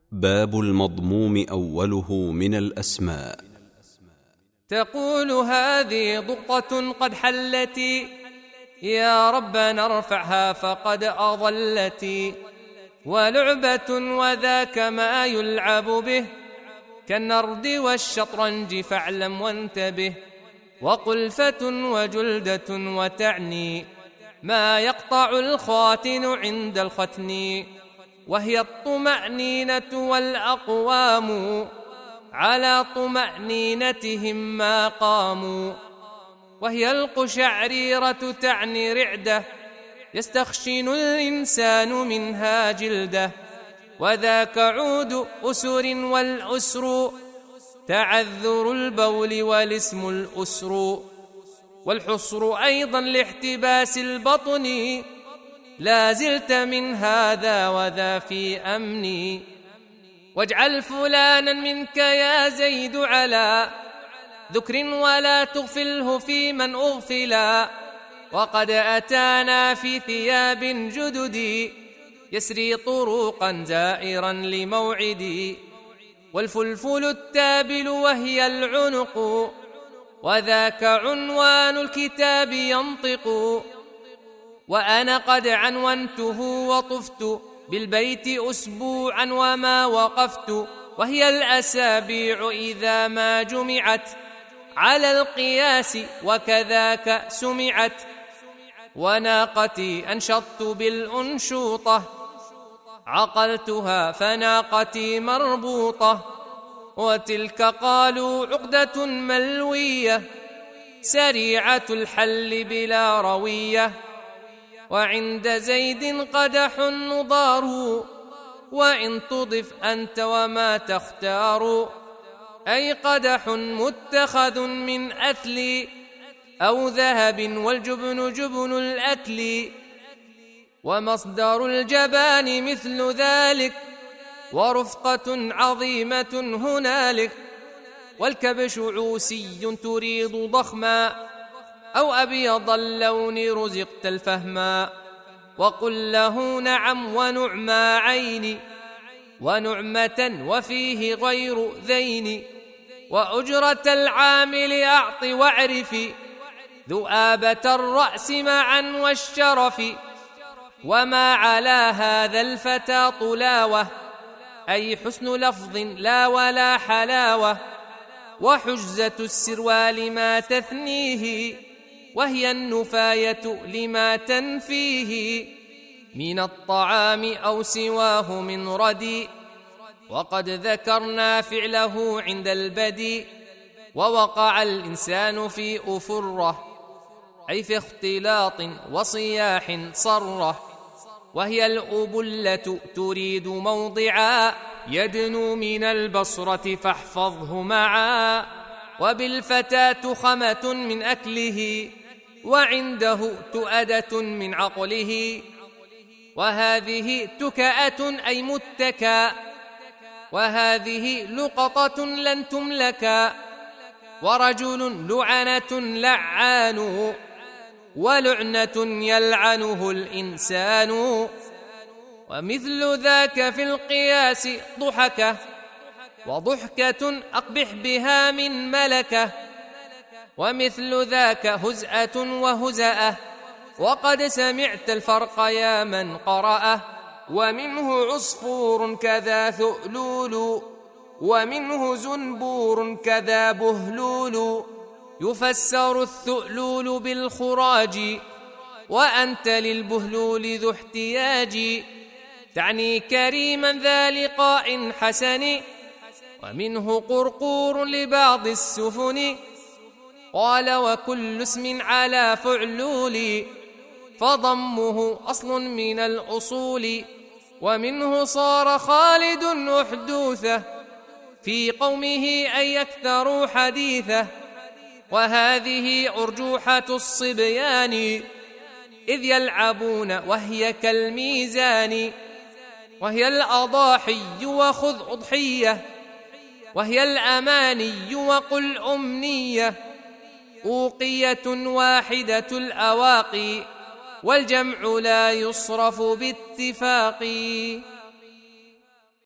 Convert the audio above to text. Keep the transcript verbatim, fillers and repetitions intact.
باب المضموم أوله من الأسماء. تقول هذه ضغطة قد حلتي، يا ربنا ارفعها فقد أضلتي، ولعبة وذاك ما يلعب به كالنرد والشطرنج فاعلم وانتبه، وقلفة وجلدة وتعني ما يقطع الخاتن عند الختن، وهي الطمأنينة والأقوام على طمأنينتهم ما قاموا، وهي القشعريرة تعني رعدة يستخشن الإنسان منها جلده، وذاك عود أسر والأسر تعذر البول والاسم الأسر، والحصر أيضا لاحتباس البطن لا زلت من هذا وذا في أمني، واجعل فلانا منك يا زيد على ذكر ولا تغفله في من أغفلا، وقد أتانا في ثياب جدد يسري طروقا زائرا لموعدي، والفلفل التابل وهي العنق وذاك عنوان الكتاب ينطق، وأنا قد عنونته وطفت بالبيت أسبوعا وما وقفت، وهي الأسابيع إذا ما جمعت على القياس وكذاك سمعت، وناقتي أنشطت بالأنشوطة عقلتها فناقتي مربوطة، وتلك قالوا عقدة ملوية سريعة الحل بلا روية، وعند زيد قدح نضار وإن تضف أنت وما تختار، أي قدح متخذ من أثل أو ذهب والجبن جبن الأكل، ومصدر الجبان مثل ذلك ورفقة عظيمة هنالك، والكبش عوسي تريد ضخما أو أبيض اللون رزقت الفهما، وقل له نعم ونعمى عين ونعمة وفيه غير ذين، وأجرة العامل أعط واعرف ذؤابة الرأس معا والشرف، وما على هذا الفتى طلاوة أي حسن لفظ لا ولا حلاوة، وحجزة السروال ما تثنيه وهي النفاية لما تنفيه من الطعام أو سواه من ردي، وقد ذكرنا فعله عند البدي، ووقع الإنسان في أفرة أي في اختلاط وصياح صرة، وهي الأبلة تريد موضعا يدنو من البصرة فاحفظه معا، وبالفتاة خمة من أكله وعنده تؤدة من عقله، وهذه تكأة أي متكا، وهذه لقطة لن تملكا، ورجل لعنة لعان ولعنة يلعنه الإنسان، ومثل ذاك في القياس ضحكة وضحكة أقبح بها من ملكة، ومثل ذاك هزءة وهزأة وقد سمعت الفرق يا من قرأه، ومنه عصفور كذا ثؤلول ومنه زنبور كذا بهلول، يفسر الثؤلول بالخراج وأنت للبهلول ذو احتياج، تعني كريما ذا لقاء حسن، ومنه قرقور لبعض السفن، قال وكل اسم على فعلول فضمه أصل من الأصول، ومنه صار خالد أحدوثه في قومه أن يكثروا حديثه، وهذه أرجوحة الصبيان إذ يلعبون وهي كالميزان، وهي الأضاحي وخذ أضحية وهي الأماني وقل أمنية، أوقية واحدة الأواقي والجمع لا يصرف باتفاق.